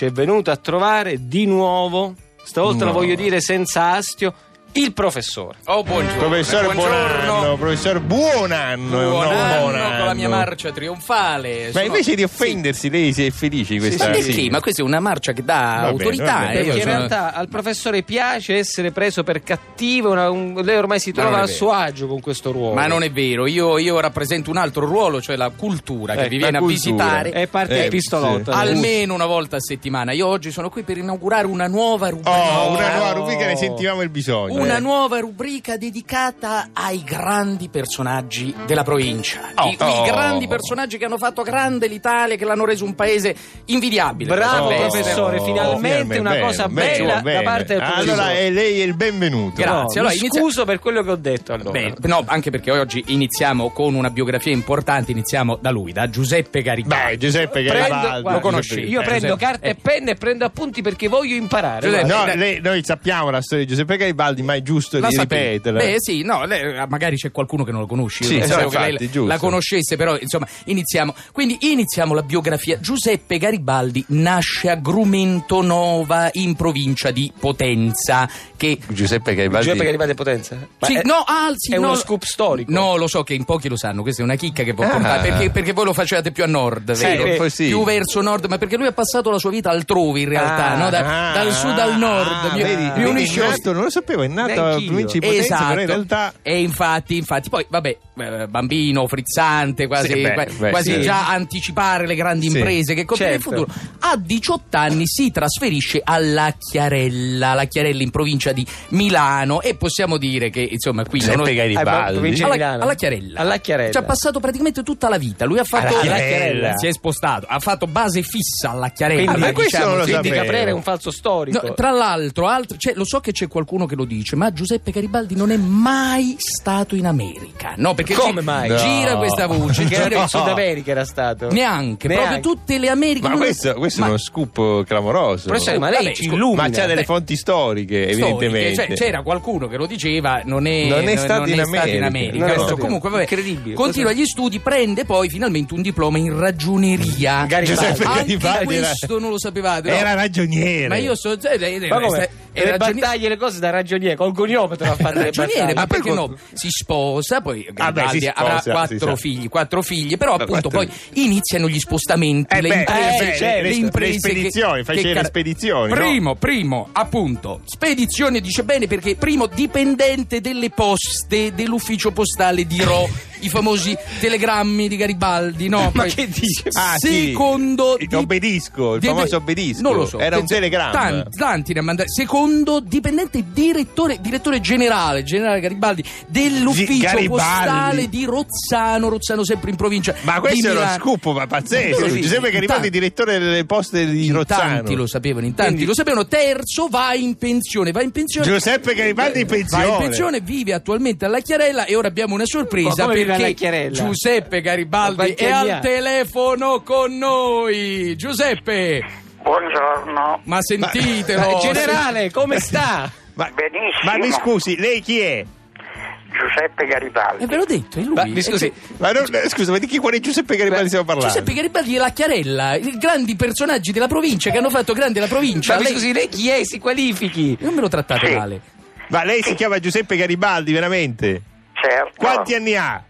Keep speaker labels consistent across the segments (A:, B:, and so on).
A: ci è venuto a trovare di nuvo, stavolta lo voglio dire senza astio, il professore.
B: Oh, buongiorno.
C: Professore, buon anno. Professor, buon anno.
B: Buon anno con la
C: anno.
B: mia marcia trionfale.
C: Ma invece di offendersi, lei si è felice di questa.
B: Ma perché? Ma questa è una marcia che dà autorità.
A: Perché
B: Io
A: in
B: sono-
A: realtà al professore piace essere preso per cattivo, lei ormai si trova a suo agio con questo ruolo.
B: Ma non è vero, io rappresento un altro ruolo, cioè la cultura che vi viene a visitare
A: È parte del pistolotto.
B: almeno una volta a settimana. Io oggi sono qui per inaugurare una nuova rubrica.
C: Una nuova rubrica, ne sentivamo il bisogno.
B: Una nuova rubrica dedicata ai grandi personaggi della provincia. I grandi personaggi che hanno fatto grande l'Italia, che l'hanno reso un paese invidiabile.
A: Bravo
B: Allora,
A: professore, finalmente una cosa bella da parte del professore.
C: Allora lei è il benvenuto.
B: Grazie.
A: No,
B: Allora,
A: mi scuso per quello che ho detto allora.
B: Bene, no, anche perché oggi iniziamo con una biografia importante, iniziamo da lui, da Giuseppe Garibaldi.
C: Giuseppe Garibaldi.
B: lo conosci?
A: Io prendo
B: Giuseppe.
A: carta e penna e prendo appunti perché voglio imparare.
B: Giuseppe,
A: guarda.
C: No, noi sappiamo la storia di Giuseppe Garibaldi, ma è giusto
B: La
C: di
B: sapevi?
C: ripeterla.
B: Beh sì, no, magari c'è qualcuno che non lo conosci.
C: Sì,
B: Io pensavo
C: infatti,
B: che lei
C: giusto.
B: la conoscesse, però insomma iniziamo. Quindi iniziamo la biografia. Giuseppe Garibaldi nasce a Grumento Nova in provincia di Potenza. Che
C: Giuseppe Garibaldi.
A: Giuseppe Garibaldi Potenza? Ma
B: sì,
A: è,
B: è
A: uno scoop storico.
B: No, lo so che in pochi lo sanno, questa è una chicca che può portare, perché voi lo facevate più a nord,
C: Sì,
B: vero?
C: un po' sì.
B: Più verso nord, ma perché lui ha passato la sua vita altrove in realtà, no? Dal sud al nord. Mi unisce
C: è nato, non lo sapevo, è nato a
A: Neanch'io.
C: provincia di Potenza,
B: Esatto.
C: però in realtà
B: E infatti poi vabbè, bambino frizzante, quasi, quasi
C: sì.
B: già anticipare le grandi
C: Sì.
B: imprese che compie
A: Certo.
B: nel futuro. A 18 anni si trasferisce alla Chiarella in provincia di Milano, e possiamo dire che insomma qui
C: Giuseppe Garibaldi.
A: provincia di Milano.
B: alla Chiarella.
A: Alla Chiarella.
B: Ci ha passato praticamente tutta la vita. Lui ha fatto
C: Alla Chiarella.
B: si è spostato, ha fatto base fissa alla Chiarella.
A: Quindi,
C: ma questo non lo
A: quindi
C: sapevo.
A: Caprera è un falso storico.
B: No, tra l'altro, lo so che c'è qualcuno che lo dice, ma Giuseppe Garibaldi non è mai stato in America. No, perché
A: Come mai?
B: gira
C: No.
B: questa voce.
A: Perché
B: gira-
A: in Sud America era stato.
B: Neanche, proprio tutte le Americhe.
C: Ma
B: lui-
C: questo è uno scoop clamoroso.
A: Professore, ma lei
B: Vabbè,
A: ci illumina.
C: Ma c'ha delle fonti storiche, evidentemente.
B: Cioè, c'era qualcuno che lo diceva, non è
C: stato in America.
A: Non è
B: Adesso,
A: stato-
B: comunque, vabbè,
A: incredibile.
B: continua gli studi, prende poi finalmente un diploma in ragioneria.
C: Giuseppe
B: Anche
C: Garibaldi
B: questo non lo sapevate. no?
C: era ragioniere.
B: Ma io so.
A: Ma come? Le battaglie, le cose da ragioniere, col goniometro a fare le
B: Ragioniere,
A: battaglie.
B: ma perché
C: poi-
B: no? Si sposa, poi Garibaldi
C: si
B: avrà
C: sposa, si sa.
B: quattro figli, però appunto poi iniziano gli spostamenti, le imprese,
C: le spedizioni, faceva le spedizioni, no?
B: Primo, appunto, spedizione dice bene perché primo dipendente delle poste dell'ufficio postale di Rho, i famosi telegrammi di Garibaldi, no?
A: Ma
B: Poi-
A: che dice?
B: Secondo
C: Obbedisco, il famoso obbedisco.
B: non lo so,
C: Era un telegramma.
B: Tanti ne ha mandati. Secondo dipendente direttore generale Garibaldi dell'ufficio
C: Garibaldi.
B: postale di Rozzano sempre in provincia
C: Ma questo
B: di
C: è uno
B: Milano.
C: scoop pazzesco.
B: Sì,
C: Giuseppe Garibaldi, direttore delle poste di
B: In
C: Rozzano.
B: tanti lo sapevano, lo sapevano. Terzo, va in pensione.
C: Giuseppe Garibaldi in pensione.
B: Va in pensione, vive attualmente alla Chiarella, e ora abbiamo una sorpresa
A: Ma come vive
B: perché
A: alla Chiarella?
B: Giuseppe Garibaldi
A: Ma
B: è
A: quanti anni ha?
B: al telefono con noi. Giuseppe,
D: Buongiorno.
B: ma sentitelo.
A: Generale, come sta?
D: Benissimo.
C: Ma mi scusi, lei chi è?
D: Giuseppe Garibaldi.
B: Ve l'ho detto, è lui.
A: Ma mi scusi,
C: Scusa, ma di quale Giuseppe Garibaldi stiamo parlando?
B: Giuseppe Garibaldi e la Chiarella, i grandi personaggi della provincia che hanno fatto grande la provincia.
A: ma mi scusi, lei chi è? Si qualifichi.
B: Non me lo trattate
D: Sì.
B: male.
C: Ma lei si chiama Giuseppe Garibaldi, veramente?
D: Certo.
C: Quanti anni ha?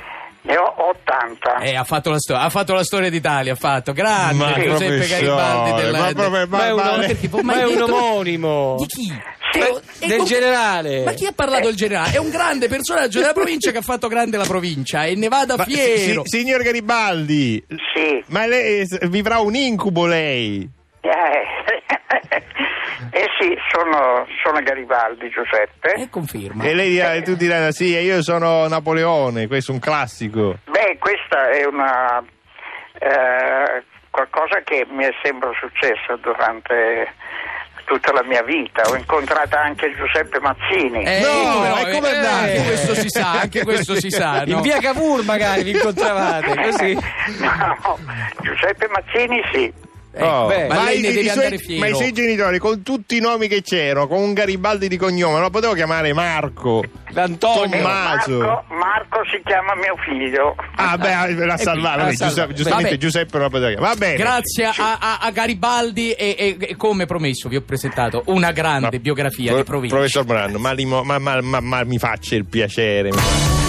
D: Ne ho 80.
B: Ha fatto la storia d'Italia, grande
C: Ma
B: Giuseppe
C: professore,
B: Garibaldi
C: ma proprio-
A: Ma è un,
C: ma-
B: perché poi
A: ma
B: mai
A: è un
B: detto-
A: omonimo.
B: Di chi?
A: Del generale.
B: Ma chi ha parlato del generale? È un grande personaggio della provincia che ha fatto grande la provincia e ne vada
C: Ma
B: fiero.
C: signor Garibaldi,
D: Sì.
C: ma lei vivrà un incubo lei?
D: Sì, sono Garibaldi, Giuseppe.
B: Conferma.
C: E lei dirà, tu dirai sì, io sono Napoleone, questo è un classico.
D: Beh, questa è una qualcosa che mi è sempre successo durante tutta la mia vita. Ho incontrato anche Giuseppe Mazzini.
C: come è andato?
B: Anche questo si sa, no?
A: In via Cavour magari vi incontravate, così.
D: No, Giuseppe Mazzini sì.
B: Ma lei ne deve andare fiero.
C: Ma i suoi genitori, con tutti i nomi che c'erano, con un Garibaldi di cognome, non lo potevo chiamare Marco,
A: Antonio,
C: Tommaso.
D: Marco si chiama mio figlio.
C: Ah, beh, l'ha salvato. Giustamente Giuseppe non lo poteva chiamare. Va bene.
B: Grazie a Garibaldi e come promesso vi ho presentato una grande biografia di provincia.
C: Professor Morando, ma mi faccia il piacere.